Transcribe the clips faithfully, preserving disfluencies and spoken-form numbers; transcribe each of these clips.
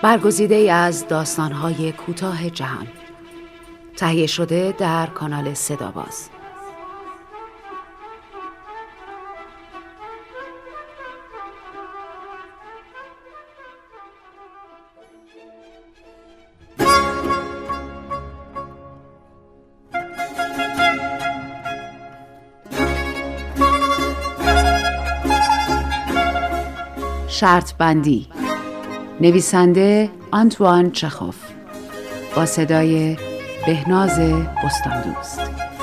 برگزیده ای از داستان‌های کوتاه جهان، تهیه شده در کانال صداباز. شرط بندی، نویسنده آنتوان چخوف، با صدای بهناز بستاندوست.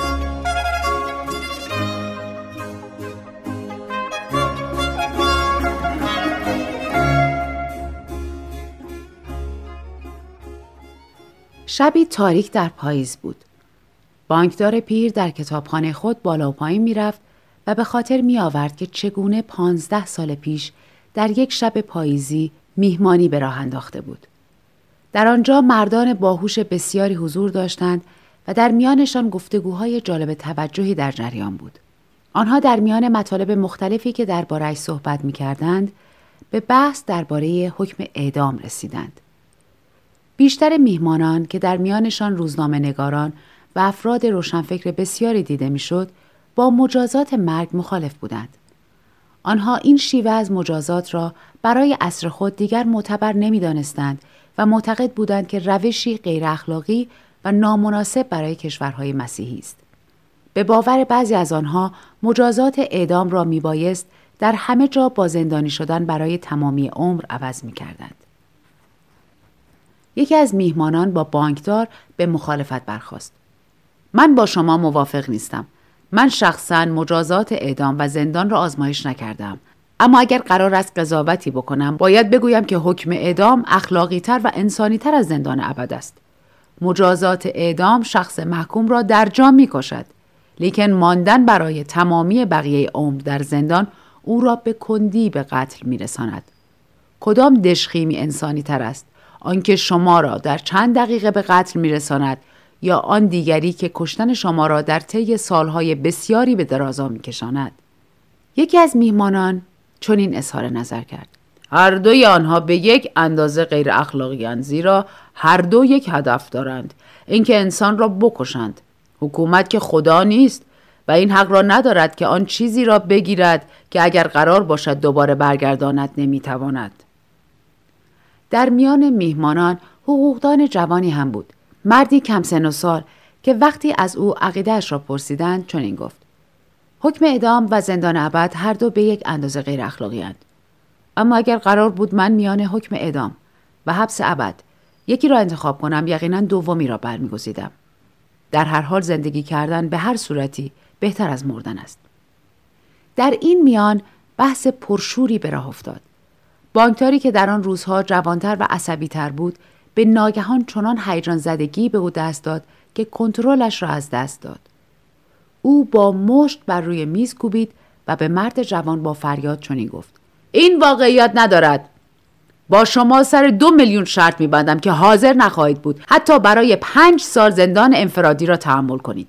شبی تاریک در پاییز بود. بانکدار پیر در کتابخانه خود بالا و پایین می رفت و به خاطر می آورد که چگونه پانزده سال پیش در یک شب پاییزی میهمانی به راه انداخته بود. در آنجا مردان باهوش بسیاری حضور داشتند و در میانشان گفتگوهای جالب توجهی در جریان بود. آنها در میان مطالب مختلفی که درباره‌اش صحبت می‌کردند، به بحث درباره حکم اعدام رسیدند. بیشتر میهمانان که در میانشان روزنامه‌نگاران و افراد روشنفکر بسیاری دیده می‌شد، با مجازات مرگ مخالف بودند. آنها این شیوه از مجازات را برای عصر خود دیگر معتبر نمی‌دانستند و معتقد بودند که روشی غیر اخلاقی و نامناسب برای کشورهای مسیحی است. به باور بعضی از آنها مجازات اعدام را میبایست در همه جا با زندانی شدن برای تمامی عمر عوض می‌کردند. یکی از میهمانان با بانکدار به مخالفت برخاست. من با شما موافق نیستم. من شخصاً مجازات اعدام و زندان را آزمایش نکردم. اما اگر قرار است قضاوتی بکنم، باید بگویم که حکم اعدام اخلاقی تر و انسانی تر از زندان ابد است. مجازات اعدام شخص محکوم را در جا می کشد، لیکن ماندن برای تمامی بقیه عمر در زندان او را به کندی به قتل می رساند. کدام دژخیمی انسانی تر است؟ آنکه شما را در چند دقیقه به قتل می رساند یا آن دیگری که کشتن شما را در طی سالهای بسیاری به درازا می کشاند؟ یکی از میهمانان چنین اظهار نظر کرد: هر دوی آنها به یک اندازه غیر اخلاقی‌اند، زیرا هر دو یک هدف دارند، اینکه انسان را بکشند. حکومت که خدا نیست و این حق را ندارد که آن چیزی را بگیرد که اگر قرار باشد دوباره برگرداند نمیتواند. در میان میهمانان حقوقدان جوانی هم بود، مردی کم سن و سال که وقتی از او عقیده‌اش را پرسیدند چنین گفت: حکم اعدام و زندان ابد هر دو به یک اندازه غیر اخلاقی اند. اما اگر قرار بود من میان حکم اعدام و حبس ابد یکی را انتخاب کنم، یقینا دومی را برمیگزیدم. در هر حال زندگی کردن به هر صورتی بهتر از مردن است. در این میان بحث پرشوری به راه افتاد. بانکداری که در آن روزها جوانتر و عصبی‌تر بود، به ناگهان چنان هیجان زدگی به او دست داد که کنترلش را از دست داد. او با مشت بر روی میز کوبید و به مرد جوان با فریاد چنین گفت: این واقعیت ندارد. با شما سر دو میلیون شرط می‌بندم که حاضر نخواهید بود حتی برای پنج سال زندان انفرادی را تحمل کنید.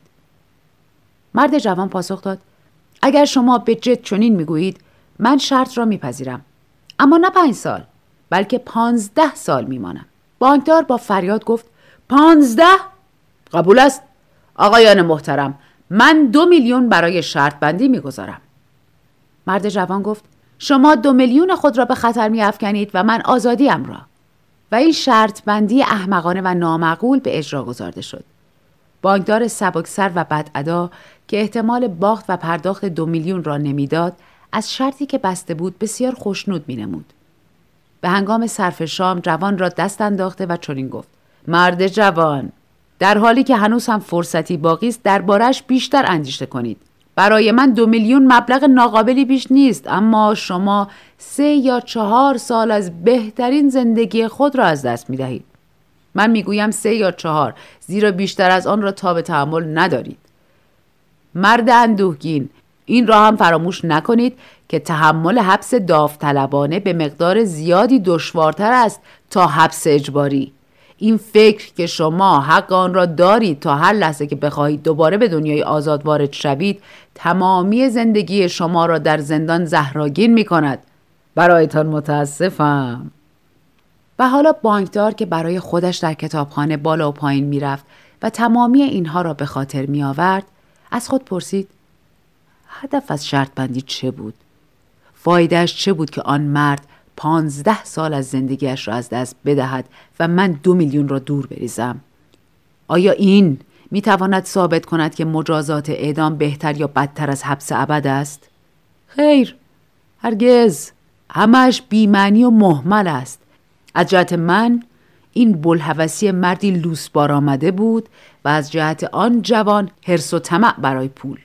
مرد جوان پاسخ داد: اگر شما به جد چنین میگویید، من شرط را میپذیرم، اما نه پنج سال بلکه پانزده سال میمانم. بانکدار با فریاد گفت: پانزده؟ قبول است. آقایان محترم، من دو میلیون برای شرط بندی میگذارم. مرد جوان گفت: شما دو میلیون خود را به خطر میافکنید و من آزادیم را. و این شرط بندی احمقانه و نامعقول به اجرا گذارده شد. بانکدار سبکسر و بدادا که احتمال باخت و پرداخت دو میلیون را نمیداد، از شرطی که بسته بود بسیار خوشنود مینمود. به هنگام صرف شام جوان را دست انداخته و چنین گفت: مرد جوان، در حالی که هنوز هم فرصتی باقی است درباره‌اش بیشتر اندیشه کنید. برای من دو میلیون مبلغ ناقابلی بیش نیست، اما شما سه یا چهار سال از بهترین زندگی خود را از دست می دهید. من می گویم سه یا چهار، زیرا بیشتر از آن را تاب تحمل ندارید. مرد اندوهگین، این را هم فراموش نکنید که تحمل حبس داوطلبانه به مقدار زیادی دشوارتر است تا حبس اجباری. این فکر که شما حق آن را دارید تا هر لحظه که بخواهید دوباره به دنیای آزاد وارد شوید، تمامی زندگی شما را در زندان زهراگین می کند. برایتان متاسفم. و حالا بانکدار که برای خودش در کتابخانه بالا و پایین میرفت و تمامی اینها را به خاطر می آورد، از خود پرسید هدف از شرط بندی چه بود؟ فایدهش چه بود که آن مرد پانزده سال از زندگیش را از دست بدهد و من دو میلیون را دور بریزم؟ آیا این می تواند ثابت کند که مجازات اعدام بهتر یا بدتر از حبس ابد است؟ خیر، هرگز. همش بی‌معنی و مهمل است. از جهت من این بوالهوسی مردی لوسبار آمده بود و از جهت آن جوان حرص و طمع برای پول.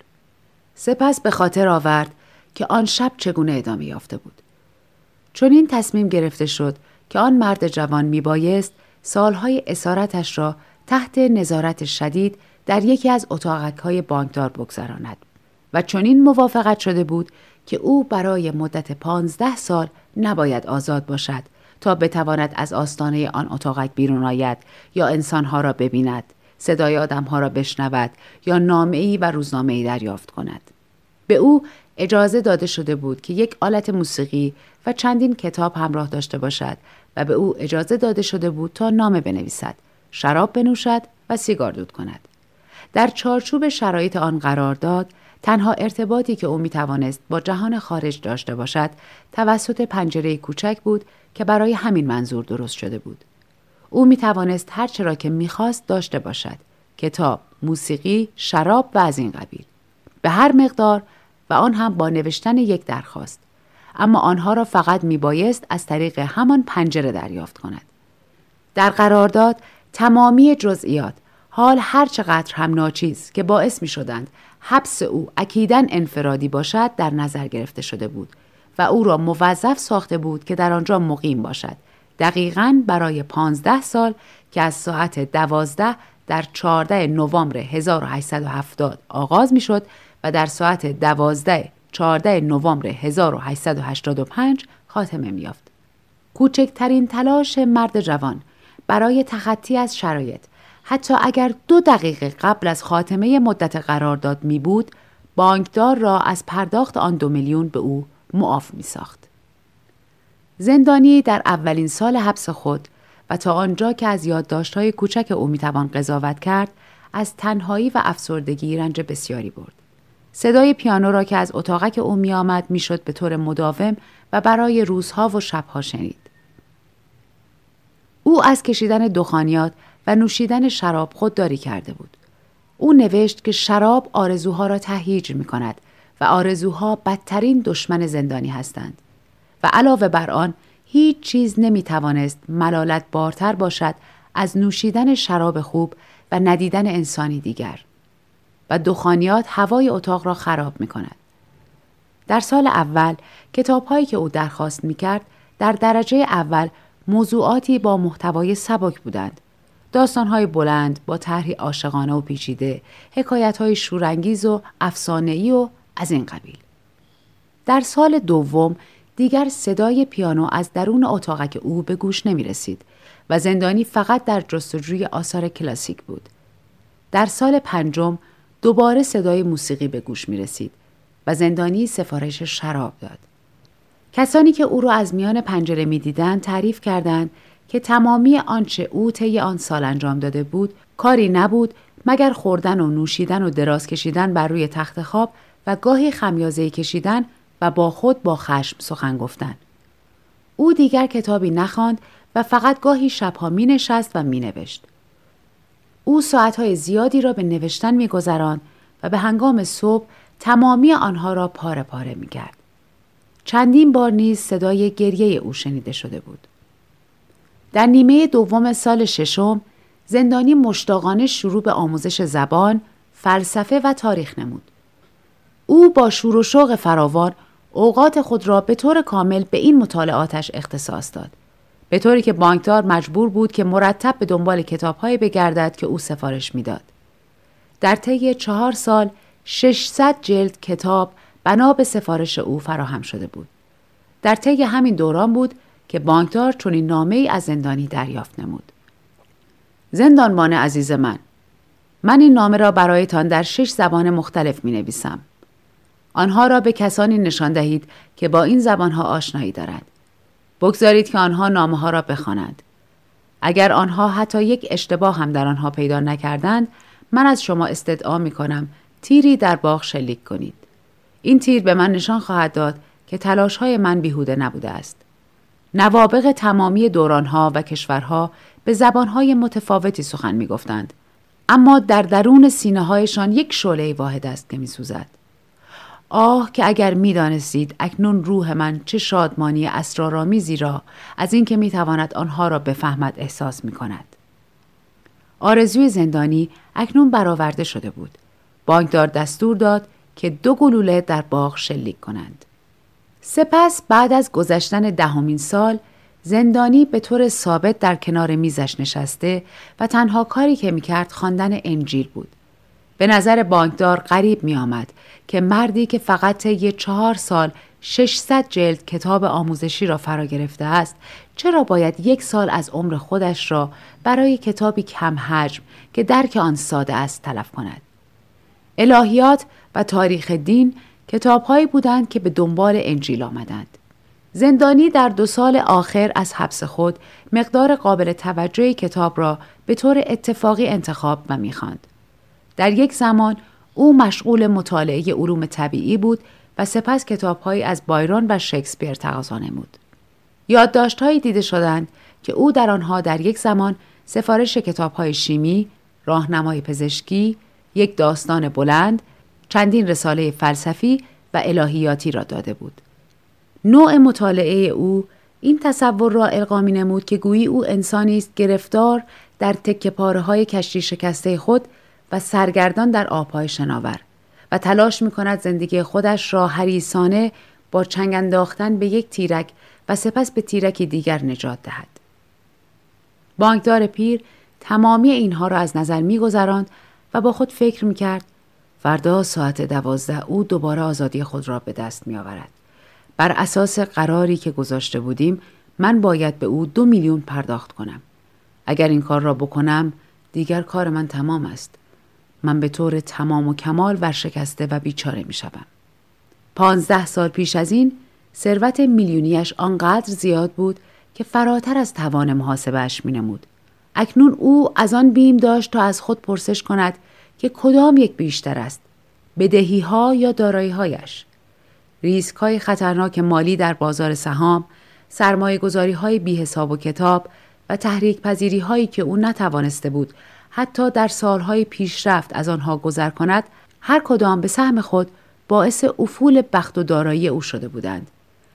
سپس به خاطر آورد که آن شب چگونه ادامه یافته بود. چون این تصمیم گرفته شد که آن مرد جوان میبایست سالهای اسارتش را تحت نظارت شدید در یکی از اتاقک‌های بانکدار بگذراند و چون این موافقت شده بود که او برای مدت پانزده سال نباید آزاد باشد تا بتواند از آستانه آن اتاقک بیرون آید یا انسانها را ببیند، صدای آدمها را بشنود یا نامه‌ای و روزنامه‌ای دریافت کند. به او اجازه داده شده بود که یک آلت موسیقی و چندین کتاب همراه داشته باشد و به او اجازه داده شده بود تا نامه بنویسد، شراب بنوشد و سیگار دود کند. در چارچوب شرایط آن قرار داد، تنها ارتباطی که او می توانست با جهان خارج داشته باشد توسط پنجره کوچک بود که برای همین منظور درست شده بود. او می توانست هر چه را که می خواست داشته باشد، کتاب، موسیقی، شراب و از این قبیل، به هر مقدار و آن هم با نوشتن یک درخواست، اما آنها را فقط می بایست از طریق همان پنجره دریافت کند. در قرارداد تمامی جزئیات، حال هر چقدر هم ناچیز که باعث می شدند حبس او اکیداً انفرادی باشد در نظر گرفته شده بود و او را موظف ساخته بود که در آنجا مقیم باشد، دقیقاً برای پانزده سال که از ساعت دوازده در چهاردهم نوامبر هزار و هشتصد و هفتاد آغاز می شد و در ساعت دوازده چهاردهم نوامبر هزار و هشتصد و هشتاد و پنج خاتمه می یافت. کوچکترین تلاش مرد جوان برای تخطی از شرایط، حتی اگر دو دقیقه قبل از خاتمه مدت قرارداد می بود، بانکدار را از پرداخت آن دو میلیون به او معاف می ساخت. زندانی در اولین سال حبس خود و تا آنجا که از یادداشت‌های کوچک او می توان قضاوت کرد، از تنهایی و افسردگی رنج بسیاری برد. صدای پیانو را که از اتاقک او می آمد می شد به طور مداوم و برای روزها و شبها شنید. او از کشیدن دخانیات و نوشیدن شراب خودداری کرده بود. او نوشت که شراب آرزوها را تهییج می کند و آرزوها بدترین دشمن زندانی هستند و علاوه بر آن هیچ چیز نمی توانست ملالت بارتر باشد از نوشیدن شراب خوب و ندیدن انسانی دیگر و دخانیات هوای اتاق را خراب می کند. در سال اول کتاب‌هایی که او درخواست می کرد در درجه اول موضوعاتی با محتوای سبک بودند. داستان‌های بلند با طرحی عاشقانه و پیچیده، حکایت‌های شورانگیز و افسانه‌ای و از این قبیل. در سال دوم دیگر صدای پیانو از درون اتاقک او به گوش نمی رسید و زندانی فقط در جستجوی آثار کلاسیک بود. در سال پنجم دوباره صدای موسیقی به گوش می رسید و زندانی سفارش شراب داد. کسانی که او را از میان پنجره می دیدند تعریف کردند که تمامی آنچه او طی آن سال انجام داده بود کاری نبود مگر خوردن و نوشیدن و دراز کشیدن بر روی تخت خواب و گاهی خمیازه کشیدن و با خود با خشم سخن گفتن. او دیگر کتابی نخواند و فقط گاهی شبها می نشست و می نوشت. او ساعتهای زیادی را به نوشتن می گذراند و به هنگام صبح تمامی آنها را پاره پاره می کرد. چندین بار نیز صدای گریه او شنیده شده بود. در نیمه دوم سال ششم زندانی مشتاقانه شروع به آموزش زبان، فلسفه و تاریخ نمود. او با شور و شوق فراوان اوقات خود را به طور کامل به این مطالعاتش اختصاص داد، به طوری که بانکدار مجبور بود که مرتب به دنبال کتاب‌هایی بگردد که او سفارش می‌داد. در طی چهار سال ششصد جلد کتاب بنا به سفارش او فراهم شده بود. در طی همین دوران بود که بانکدار چنین نامه‌ای از زندانی دریافت نمود. زندانبان عزیز من، من این نامه را برایتان در شش زبان مختلف می‌نویسم. آنها را به کسانی نشان دهید که با این زبانها آشنایی دارند. بگذارید که آنها نامه ها را بخوانند. اگر آنها حتی یک اشتباه هم در آنها پیدا نکردند، من از شما استدعا می کنم تیری در باغ شلیک کنید. این تیر به من نشان خواهد داد که تلاش‌های من بیهوده نبوده است. نوابغ تمامی دوران‌ها و کشورها به زبان‌های متفاوتی سخن می‌گفتند، اما در درون سینه‌هایشان یک شعله واحد است که می‌سوزد. آه که اگر می‌دانستید اکنون روح من چه شادمانی اسرارآمیزی را از اینکه می‌تواند آنها را بفهمد احساس می‌کند. آرزوی زندانی اکنون برآورده شده بود. بانکدار دستور داد که دو گلوله در باغ شلیک کنند. سپس بعد از گذشتن دهمین سال، زندانی به طور ثابت در کنار میزش نشسته و تنها کاری که میکرد خواندن انجیل بود. به نظر بانکدار غریب میآمد که مردی که فقط طی چهار سال ششصد جلد کتاب آموزشی را فرا گرفته است، چرا باید یک سال از عمر خودش را برای کتابی کم حجم که درک آن ساده است تلف کند؟ الهیات و تاریخ دین کتاب‌هایی بودند که به دنبال انجیل آمدند. زندانی در دو سال آخر از حبس خود مقدار قابل توجهی کتاب را به طور اتفاقی انتخاب و می‌خواند. در یک زمان او مشغول مطالعه علوم طبیعی بود و سپس کتاب‌هایی از بایرون و شکسپیر تقاضا نمود. یادداشت‌هایی دیده شدند که او در آنها در یک زمان سفارش کتاب‌های شیمی، راهنمای پزشکی، یک داستان بلند، چندین رساله فلسفی و الهیاتی را داده بود. نوع مطالعه او این تصور را القا می‌نمود که گویی او انسانی است گرفتار در تکه‌پاره‌های کشتی شکسته خود و سرگردان در آب‌های شناور و تلاش می‌کند زندگی خودش را حریصانه با چنگ انداختن به یک تیرک و سپس به تیرکی دیگر نجات دهد. بانکدار پیر تمامی اینها را از نظر می‌گذراند و با خود فکر می‌کرد فردا ساعت دوازده او دوباره آزادی خود را به دست می‌آورد. بر اساس قراری که گذاشته بودیم من باید به او دو میلیون پرداخت کنم. اگر این کار را بکنم دیگر کار من تمام است. من به طور تمام و کمال ورشکسته و بیچاره می‌شوم. پانزده سال پیش از این ثروت میلیونیش آنقدر زیاد بود که فراتر از توان محاسبه‌اش می‌نمود. اکنون او از آن بیم داشت تا از خود پرسش کند که کدام یک بیشتر است، بدهی‌ها یا دارایی‌هایش. ریسک‌های خطرناک مالی در بازار سهام، سرمایه‌گذاری‌های بی‌حساب و کتاب و تحریک پذیری‌هایی که او نتوانسته بود حتی در سالهای پیشرفت از آنها گذر کند، هر کدام به سهم خود باعث افول بخت و دارایی او شده بودند.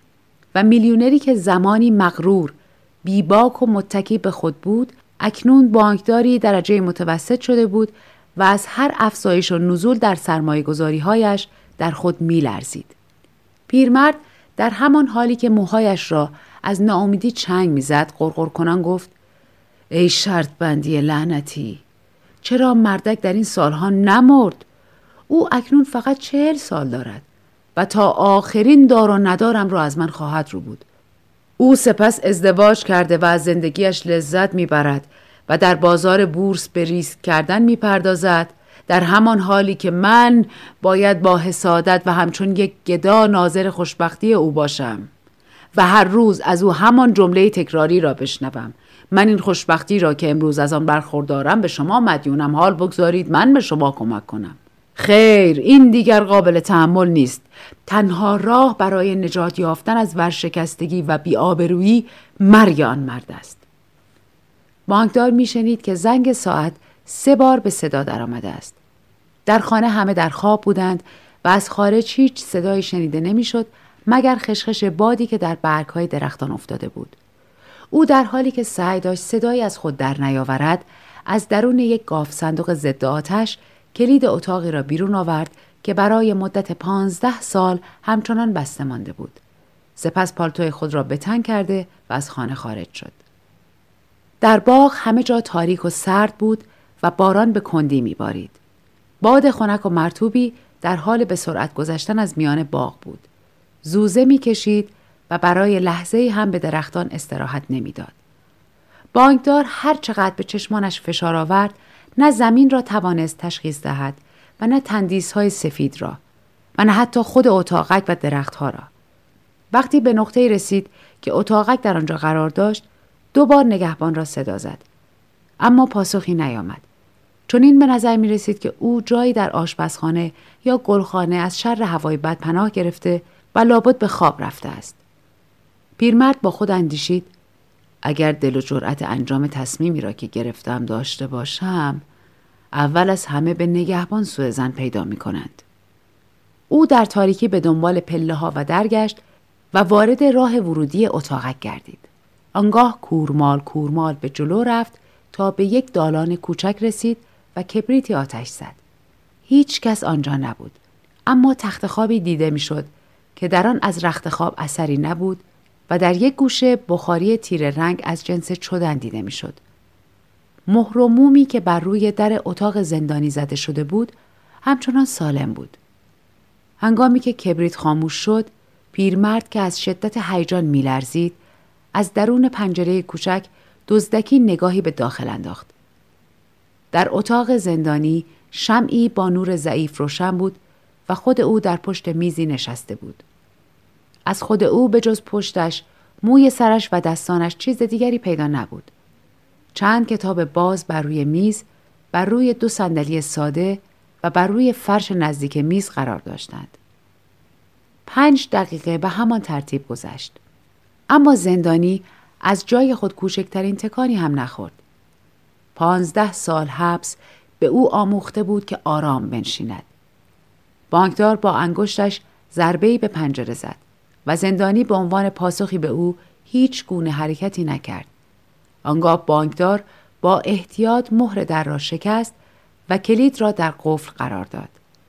و میلیونری که زمانی مغرور، بیباک و متکی به خود بود، اکنون بانکداری درجه متوسط شده بود و از هر افزایش و نزول در سرمایه‌گذاری‌هایش در خود می‌لرزید. پیرمرد در همان حالی که موهایش را از ناامیدی چنگ می‌زد غرغر کنان گفت: ای شرط بندی لعنتی، چرا مردک در این سالها نمرد؟ او اکنون فقط چهل سال دارد و تا آخرین دار و ندارم را از من خواهد رو بود. او سپس ازدواج کرده و از زندگیش لذت میبرد و در بازار بورس به ریسک کردن میپردازد، در همان حالی که من باید با حسادت و همچون یک گدا ناظر خوشبختی او باشم و هر روز از او همان جمله تکراری را بشنوم: من این خوشبختی را که امروز از آن برخوردارم به شما مدیونم، حال بگذارید من به شما کمک کنم. خیر، این دیگر قابل تحمل نیست. تنها راه برای نجات یافتن از ورشکستگی و بی‌آبرویی مرگ آن مرد است. بانکدار میشنید که زنگ ساعت سه بار به صدا در آمده است. در خانه همه در خواب بودند و از خارج هیچ صدایی شنیده نمیشد مگر خشخش بادی که در برگ‌های درختان افتاده بود. او در حالی که سعی داشت صدایی از خود در نیاورد، از درون یک گاف صندوق ضد آتش کلید اتاقی را بیرون آورد که برای مدت پانزده سال همچنان بسته مانده بود. سپس پالتوی خود را به تن کرده و از خانه خارج شد. در باغ همه جا تاریک و سرد بود و باران به کندی می‌بارید. باد خنک و مرطوبی در حال به سرعت گذشتن از میان باغ بود. زوزه می‌کشید و برای لحظه‌ای هم به درختان استراحت نمی‌داد. بانکدار هر چقدر به چشمانش فشار آورد، نه زمین را توانست تشخیص دهد و نه تندیس‌های سفید را و نه حتی خود اتاقک و درخت‌ها را. وقتی به نقطه‌ای رسید که اتاقک در آنجا قرار داشت، دو بار نگهبان را صدا زد. اما پاسخی نیامد. چون این به نظر می رسید که او جایی در آشپزخانه یا گلخانه از شر هوای بد پناه گرفته و لابد به خواب رفته است. پیرمرد با خود اندیشید: اگر دل و جرأت انجام تصمیمی را که گرفتم داشته باشم، اول از همه به نگهبان سوء ظن پیدا می کنند. او در تاریکی به دنبال پله ها و درگشت و وارد راه ورودی اتاقک گردید. آنگاه کورمال کورمال به جلو رفت تا به یک دالان کوچک رسید و کبریتی آتش زد. هیچ کس آنجا نبود، اما تخت خوابی دیده می شد که در آن از رخت خواب اثری نبود و در یک گوشه بخاری تیره رنگ از جنس چدن دیده می شد. مهر و مومی که بر روی در اتاق زندانی زده شده بود همچنان سالم بود. هنگامی که کبریت خاموش شد، پیرمرد که از شدت هیجان می لرزید از درون پنجره کوچک دزدکی نگاهی به داخل انداخت. در اتاق زندانی شمعی با نور ضعیف روشن بود و خود او در پشت میزی نشسته بود. از خود او به جز پشتش، موی سرش و دستانش چیز دیگری پیدا نبود. چند کتاب باز بر روی میز، بر روی دو صندلی ساده و بر روی فرش نزدیک میز قرار داشتند. پنج دقیقه به همان ترتیب گذشت. اما زندانی از جای خود کوچکترین تکانی هم نخورد. پانزده سال حبس به او آموخته بود که آرام بنشیند. بانکدار با انگشتش ضربه‌ای به پنجره زد و زندانی به عنوان پاسخی به او هیچ گونه حرکتی نکرد. آنگاه بانکدار با احتیاط مهر در را شکست و کلید را در قفل قرار داد.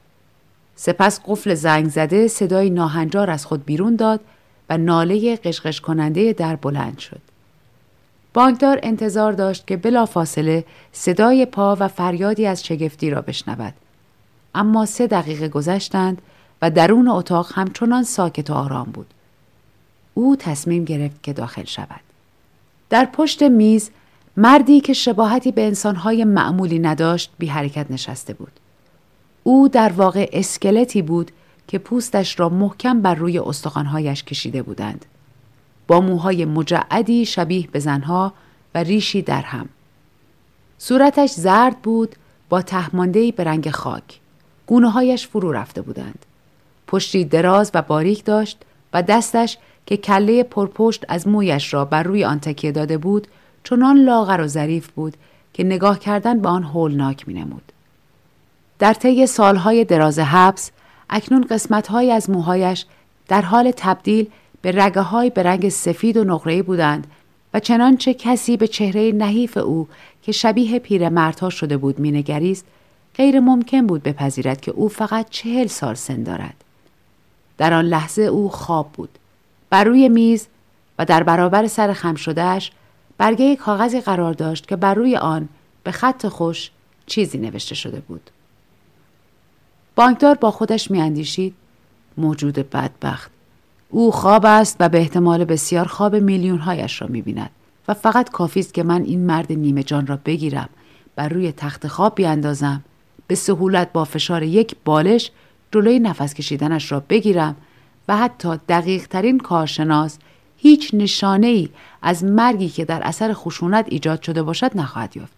سپس قفل زنگ زده صدای ناهنجار از خود بیرون داد و ناله قشقش کننده در بلند شد. بانکدار انتظار داشت که بلافاصله صدای پا و فریادی از شگفتی را بشنود. اما سه دقیقه گذشتند و درون اتاق همچنان ساکت و آرام بود. او تصمیم گرفت که داخل شود. در پشت میز مردی که شباهتی به انسانهای معمولی نداشت بی حرکت نشسته بود. او در واقع اسکلتی بود که پوستش را محکم بر روی استخوان‌هایش کشیده بودند، با موهای مجعدی شبیه به زنها و ریشی در هم. صورتش زرد بود با تهمانده‌ای به رنگ خاک. گونه‌هایش فرو رفته بودند. پشتی دراز و باریک داشت و دستش که کله پرپشت از مویش را بر روی آن تکیه داده بود چنان لاغر و ظریف بود که نگاه کردن به آن هولناک می‌نمود. در طی سالهای دراز حبس اکنون قسمت‌های از موهایش در حال تبدیل به رگه‌های به رنگ سفید و نقره‌ای بودند و چنانچه کسی به چهره نحیف او که شبیه پیرمردها شده بود مینگریست، غیر ممکن بود بپذیرد که او فقط چهل سال سن دارد. در آن لحظه او خواب بود. بر روی میز و در برابر سر خم شدهش برگه کاغذی قرار داشت که بر روی آن به خط خوش چیزی نوشته شده بود. بانکدار با خودش میاندیشید: موجود بدبخت. او خواب است و به احتمال بسیار خواب میلیون‌هایش را می‌بیند و فقط کافی است که من این مرد نیمه جان را بگیرم، بر روی تخت خواب بیاندازم، به سهولت با فشار یک بالش جلوی نفس کشیدنش را بگیرم و حتی دقیق ترین کارشناس هیچ نشانه‌ای از مرگی که در اثر خشونت ایجاد شده باشد نخواهد یافت.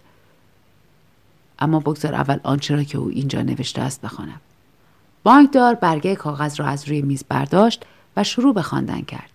اما بگذار اول آنچه را که او اینجا نوشته است بخوانم. بانکدار برگه کاغذ را از روی میز برداشت و شروع به خواندن کرد.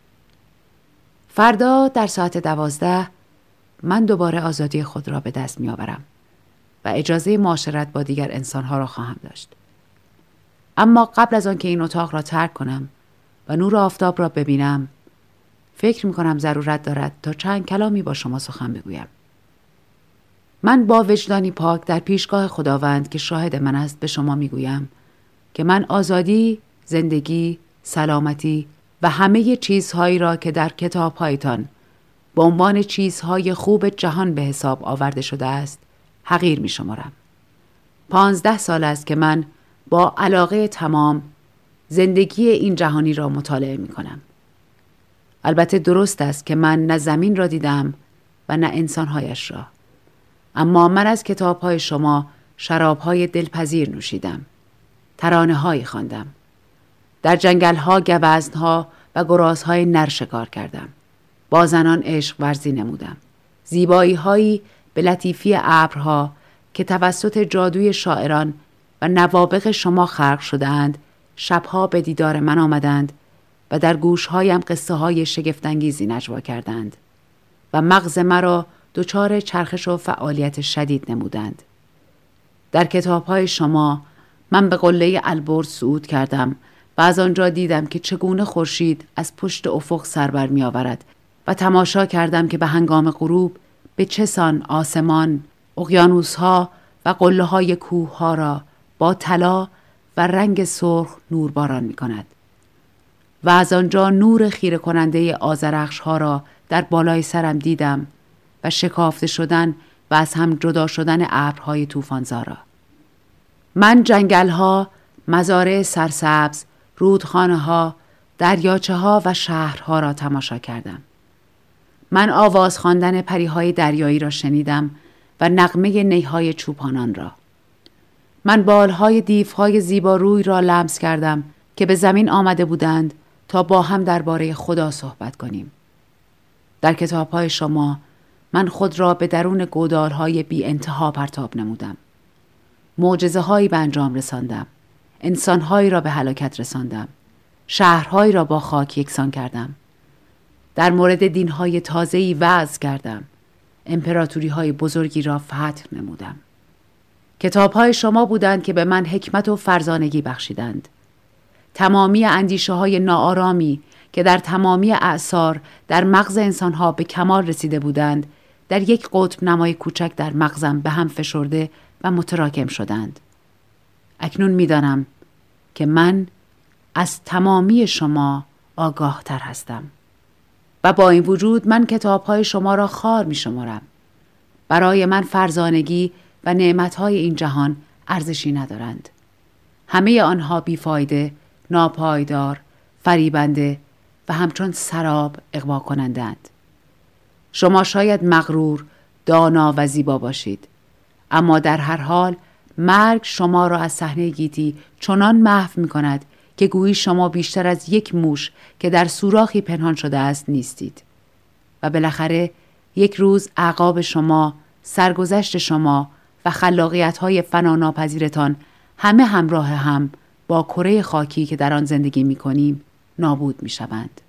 فردا در ساعت دوازده من دوباره آزادی خود را به دست می آورم و اجازه معاشرت با دیگر انسانها را خواهم داشت. اما قبل از آن که این اتاق را ترک کنم و نور آفتاب را ببینم، فکر می کنم ضرورت دارد تا چند کلامی با شما سخن بگویم. من با وجدانی پاک در پیشگاه خداوند که شاهد من است به شما می گویم که من آزادی، زندگی، سلامتی و همه چیزهایی را که در کتاب‌هایتان به عنوان چیزهای خوب جهان به حساب آورده شده است حقیر می شمارم. پانزده سال است که من با علاقه تمام زندگی این جهانی را مطالعه می کنم. البته درست است که من نه زمین را دیدم و نه انسانهایش را، اما من از کتاب‌های شما شراب‌های دلپذیر نوشیدم، ترانه‌هایی خواندم، در جنگل‌ها گوزن‌ها و گرازهای نر شکار کردم. با زنان عشق ورزی نمودم. زیبایی هایی به لطیفی ابرها که توسط جادوی شاعران و نوابغ شما خلق شده‌اند، شبها به دیدار من آمدند و در گوشهایم قصه های شگفت‌انگیزی نجوا کردند و مغز مرا دچار چرخش و فعالیت شدید نمودند. در کتاب‌های شما من به قله البرز صعود کردم و از آنجا دیدم که چگونه خورشید از پشت افق سر بر می آورد و تماشا کردم که به هنگام غروب به چه سان آسمان، اقیانوس‌ها و قله‌های کوه‌ها را با طلا و رنگ سرخ نورباران می کند و از آنجا نور خیره کننده آذرخش‌ها را در بالای سرم دیدم و شکافته شدن و از هم جدا شدن ابرهای طوفان‌زا. من جنگل‌ها، مزارع سرسبز، رودخانه‌ها، دریاچه‌ها و شهرها را تماشا کردم. من آواز خواندن پریهای دریایی را شنیدم و نغمه نیهای چوپانان را. من بالهای دیوهای زیباروی را لمس کردم که به زمین آمده بودند تا با هم درباره خدا صحبت کنیم. در کتاب‌های شما من خود را به درون گودال‌های بی انتها پرتاب نمودم. معجزه‌هایی به انجام رساندم. انسان‌هایی را به هلاکت رساندم. شهرهایی را با خاک یکسان کردم. در مورد دین‌های تازه‌ای وعظ کردم. امپراتوری‌های بزرگی را فتح نمودم. کتاب‌های شما بودند که به من حکمت و فرزانگی بخشیدند. تمامی اندیشه‌های ناآرامی که در تمامی اعصار در مغز انسان‌ها به کمال رسیده بودند، در یک قطب نمای کوچک در مغزم به هم فشرده و متراکم شدند. اکنون می‌دانم که من از تمامی شما آگاه‌تر هستم و با این وجود من کتاب‌های شما را خوار می‌شمارم. برای من فرزانگی و نعمت‌های این جهان ارزشی ندارند. همه آنها بیفایده، ناپایدار، فریبنده و همچون سراب اغوا کنندند. شما شاید مغرور، دانا و زیبا باشید، اما در هر حال مرگ شما را از صحنه گیتی چنان محو می کند که گویی شما بیشتر از یک موش که در سوراخی پنهان شده است نیستید. و بالاخره یک روز اعقاب شما، سرگذشت شما و خلاقیت‌های فناناپذیرتان همه همراه هم با کره خاکی که در آن زندگی می کنیم نابود می شوند.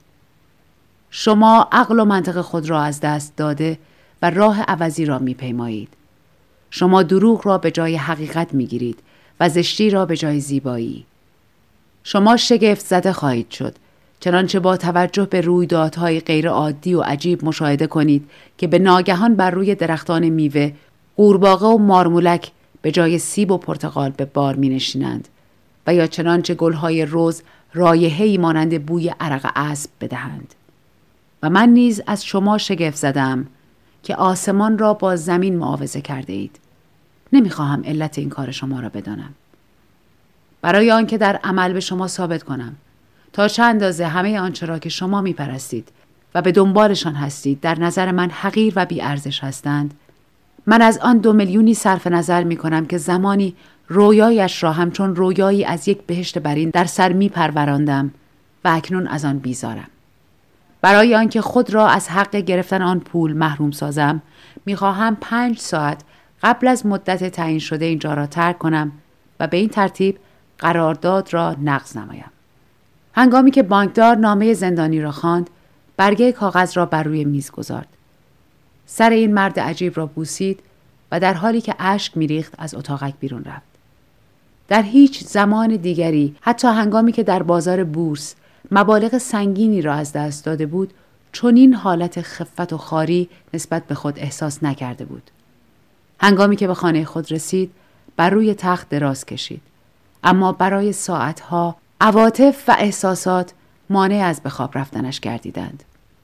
شما عقل و منطق خود را از دست داده و راه عوضی را می پیمایید. شما دروغ را به جای حقیقت می گیرید و زشتی را به جای زیبایی. شما شگفت زده خواهید شد، چنانچه با توجه به رویدادهای غیر عادی و عجیب مشاهده کنید که به ناگهان بر روی درختان میوه قورباغه و مارمولک به جای سیب و پرتقال به بار می نشینند و یا چنانچه گلهای رز رایحه‌ای مانند بوی عرق اسب بدهند. و من نیز از شما شگفت زدم که آسمان را با زمین معاوضه کرده اید. نمیخواهم علت این کار شما را بدانم. برای آنکه در عمل به شما ثابت کنم تا چه اندازه همه آنچه را که شما میپرستید و به دنبالشان هستید در نظر من حقیر و بی ارزش هستند، من از آن دو میلیونی صرف نظر می کنم که زمانی رویایش را همچون رویایی از یک بهشت برین در سر می پروراندم و اکنون از آن بیزارم. برای آنکه خود را از حق گرفتن آن پول محروم سازم، می خواهم پنج ساعت قبل از مدت تعیین شده اینجا را ترک کنم و به این ترتیب قرارداد را نقض نمایم. هنگامی که بانکدار نامه زندانی را خواند، برگه کاغذ را بر روی میز گذارد. سر این مرد عجیب را بوسید و در حالی که اشک می‌ریخت از اتاقک بیرون رفت. در هیچ زمان دیگری، حتی هنگامی که در بازار بورس مبالغ سنگینی را از دست داده بود، چنین حالت خفت و خواری نسبت به خود احساس نکرده بود. هنگامی که به خانه خود رسید، بر روی تخت دراز کشید، اما برای ساعتها عواطف و احساسات مانع از به خواب رفتنش گردیدند.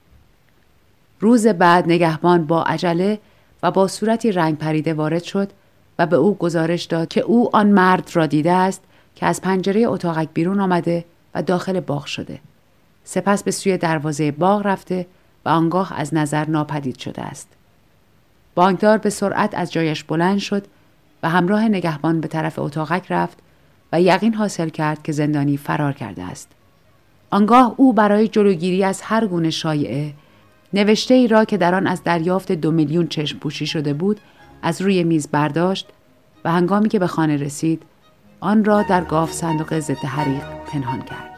روز بعد نگهبان با عجله و با صورتی رنگ پریده وارد شد و به او گزارش داد که او آن مرد را دیده است که از پنجره اتاقک بیرون آمده و داخل باغ شده. سپس به سوی دروازه باغ رفته و آنگاه از نظر ناپدید شده است. بانکدار به سرعت از جایش بلند شد و همراه نگهبان به طرف اتاقک رفت و یقین حاصل کرد که زندانی فرار کرده است. آنگاه او برای جلوگیری از هر گونه شایعه نوشته ای را که در آن از دریافت دو میلیون چشم پوشی شده بود از روی میز برداشت و هنگامی که به خانه رسید آن را در گاف صندوق ضد حریق پنهان کرد.